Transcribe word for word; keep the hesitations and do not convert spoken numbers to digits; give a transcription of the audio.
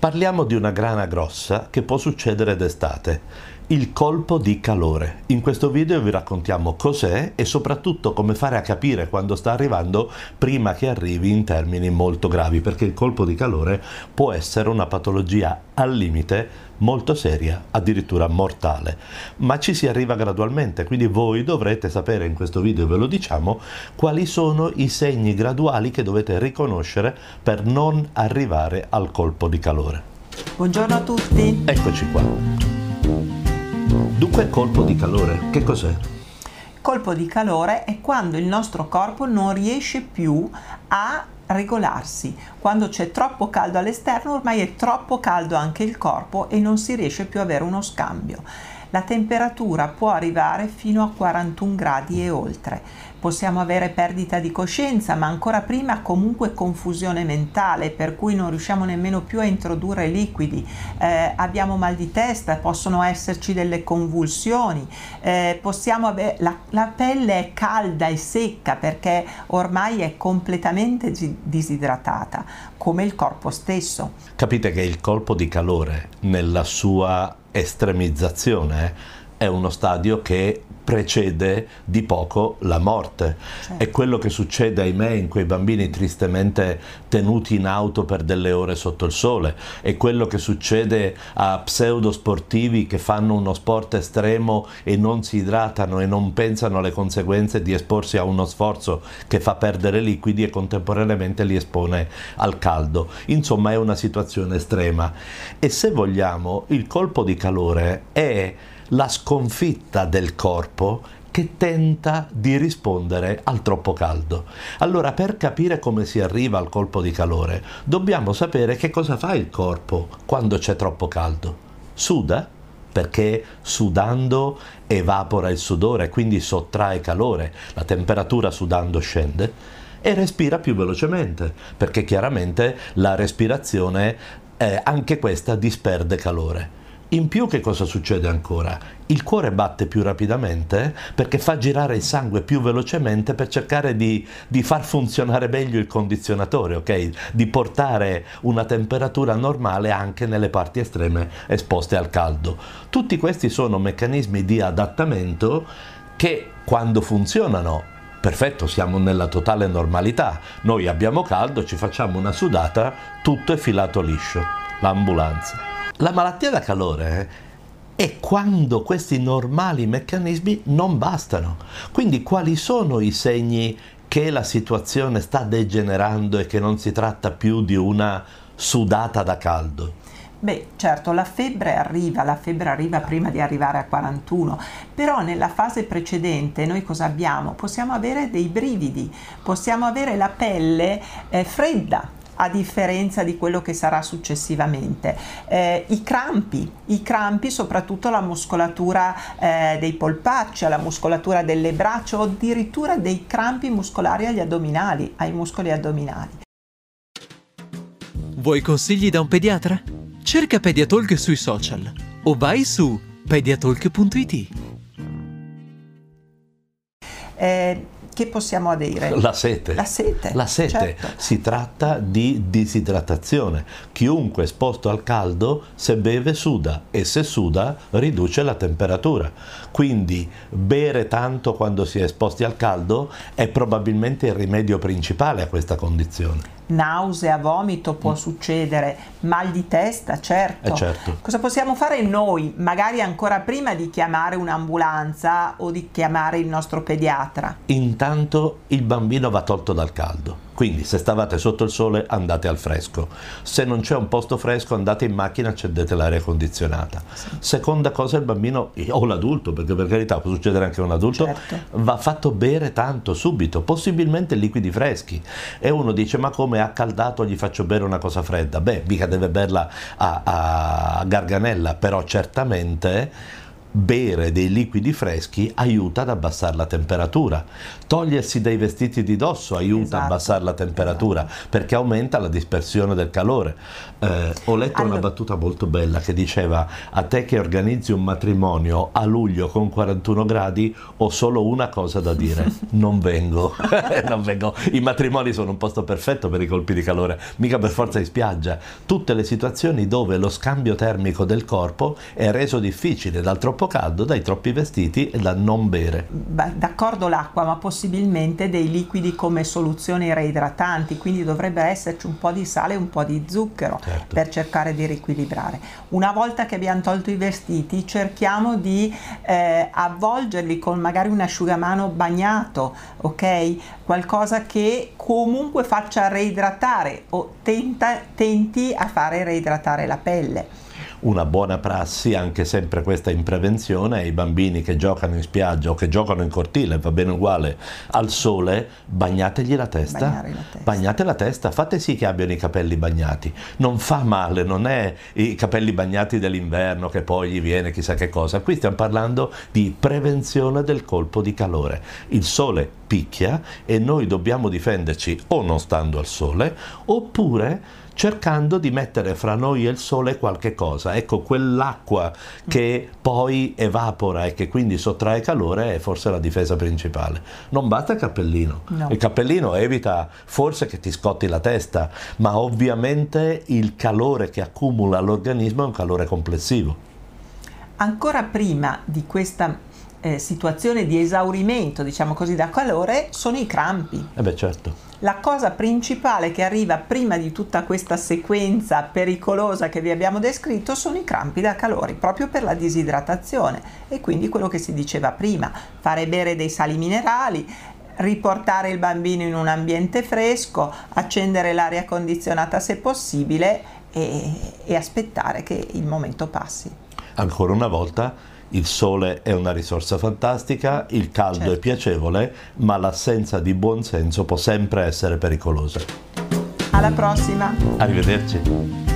Parliamo di una grana grossa che può succedere d'estate, il colpo di calore. In questo video vi raccontiamo cos'è e soprattutto come fare a capire quando sta arrivando prima che arrivi in termini molto gravi, perché il colpo di calore può essere una patologia al limite molto seria, addirittura mortale, ma ci si arriva gradualmente, quindi voi dovrete sapere, in questo video ve lo diciamo, quali sono i segni graduali che dovete riconoscere per non arrivare al colpo di calore. Buongiorno a tutti! Eccoci qua. Dunque, colpo di calore, che cos'è? Colpo di calore è quando il nostro corpo non riesce più a regolarsi. Quando c'è troppo caldo all'esterno, ormai è troppo caldo anche il corpo e non si riesce più ad avere uno scambio. La temperatura può arrivare fino a quarantuno gradi e oltre. Possiamo avere perdita di coscienza, ma ancora prima comunque confusione mentale, per cui non riusciamo nemmeno più a introdurre liquidi, eh, abbiamo mal di testa, possono esserci delle convulsioni, eh, possiamo avere, la, la pelle è calda e secca perché ormai è completamente disidratata, come il corpo stesso. Capite che il colpo di calore nella sua estremizzazione è uno stadio che precede di poco la morte. Certo. È quello che succede, ahimè, in quei bambini tristemente tenuti in auto per delle ore sotto il sole, è quello che succede a pseudosportivi che fanno uno sport estremo e non si idratano e non pensano alle conseguenze di esporsi a uno sforzo che fa perdere liquidi e contemporaneamente li espone al caldo. Insomma, è una situazione estrema e, se vogliamo, il colpo di calore è la sconfitta del corpo che tenta di rispondere al troppo caldo. Allora, per capire come si arriva al colpo di calore, dobbiamo sapere che cosa fa il corpo quando c'è troppo caldo. Suda, perché sudando evapora il sudore, quindi sottrae calore, la temperatura sudando scende, e respira più velocemente, perché chiaramente la respirazione, eh, anche questa, disperde calore. In più, che cosa succede ancora? Il cuore batte più rapidamente perché fa girare il sangue più velocemente per cercare di, di far funzionare meglio il condizionatore, ok? Di portare una temperatura normale anche nelle parti estreme esposte al caldo. Tutti questi sono meccanismi di adattamento che, quando funzionano, perfetto, siamo nella totale normalità. Noi abbiamo caldo, ci facciamo una sudata, tutto è filato liscio. L'ambulanza. La malattia da calore è quando questi normali meccanismi non bastano. Quindi quali sono i segni che la situazione sta degenerando e che non si tratta più di una sudata da caldo? Beh, certo, la febbre arriva, la febbre arriva prima di arrivare a quarantuno, però nella fase precedente noi cosa abbiamo? Possiamo avere dei brividi, possiamo avere la pelle eh, fredda, a differenza di quello che sarà successivamente. Eh, i crampi, i crampi, soprattutto la muscolatura eh, dei polpacci, la muscolatura delle braccia o addirittura dei crampi muscolari agli addominali, ai muscoli addominali. Vuoi consigli da un pediatra? Cerca Pediatalk sui social o vai su pediatalk punto it. Eh, Che possiamo dire? La sete. La sete. La sete. Certo. Si tratta di disidratazione. Chiunque esposto al caldo, se beve suda e se suda riduce la temperatura. Quindi bere tanto quando si è esposti al caldo è probabilmente il rimedio principale a questa condizione. Nausea, vomito può mm. succedere, mal di testa, certo. Eh certo. Cosa possiamo fare noi, magari ancora prima di chiamare un'ambulanza o di chiamare il nostro pediatra? Intanto il bambino va tolto dal caldo. Quindi se stavate sotto il sole andate al fresco, se non c'è un posto fresco andate in macchina, accendete l'aria condizionata. Sì. Seconda cosa, il bambino o l'adulto, perché per carità può succedere anche a un adulto, certo, va fatto bere tanto subito, possibilmente liquidi freschi. E uno dice: ma come, ha caldato, gli faccio bere una cosa fredda? Beh, mica deve berla a, a, a garganella, però certamente bere dei liquidi freschi aiuta ad abbassare la temperatura, togliersi dai vestiti di dosso aiuta esatto. a abbassare la temperatura, esatto. perché aumenta la dispersione del calore. Eh, ho letto allora... una battuta molto bella che diceva: a te che organizzi un matrimonio a luglio con quarantuno gradi ho solo una cosa da dire: non vengo. non vengo. I matrimoni sono un posto perfetto per i colpi di calore, mica per forza in spiaggia. Tutte le situazioni dove lo scambio termico del corpo è reso difficile dal troppo caldo, dai troppi vestiti e da non bere. D'accordo l'acqua, ma possibilmente dei liquidi come soluzioni reidratanti, quindi dovrebbe esserci un po' di sale e un po' di zucchero certo. per cercare di riequilibrare. Una volta che abbiamo tolto i vestiti, cerchiamo di eh, avvolgerli con magari un asciugamano bagnato, ok? Qualcosa che comunque faccia reidratare o tenta, tenti a fare reidratare la pelle. Una buona prassi, anche sempre questa in prevenzione, ai bambini che giocano in spiaggia o che giocano in cortile, va bene uguale, al sole, bagnategli la testa, la testa. bagnate la testa, fate sì che abbiano i capelli bagnati, non fa male, non è i capelli bagnati dell'inverno che poi gli viene chissà che cosa, qui stiamo parlando di prevenzione del colpo di calore. Il sole picchia e noi dobbiamo difenderci o non stando al sole oppure cercando di mettere fra noi e il sole qualche cosa. Ecco, quell'acqua che poi evapora e che quindi sottrae calore è forse la difesa principale. Non basta il cappellino. No. Il cappellino evita forse che ti scotti la testa, ma ovviamente il calore che accumula l'organismo è un calore complessivo. Ancora prima di questa eh, situazione di esaurimento, diciamo così, da calore, sono i crampi. Eh beh, certo. La cosa principale che arriva prima di tutta questa sequenza pericolosa che vi abbiamo descritto sono i crampi da calore, proprio per la disidratazione e quindi quello che si diceva prima, fare bere dei sali minerali, riportare il bambino in un ambiente fresco, accendere l'aria condizionata se possibile e, e aspettare che il momento passi. Ancora una volta, il sole è una risorsa fantastica, il caldo certo. è piacevole, ma l'assenza di buon senso può sempre essere pericolosa. Alla prossima! Arrivederci!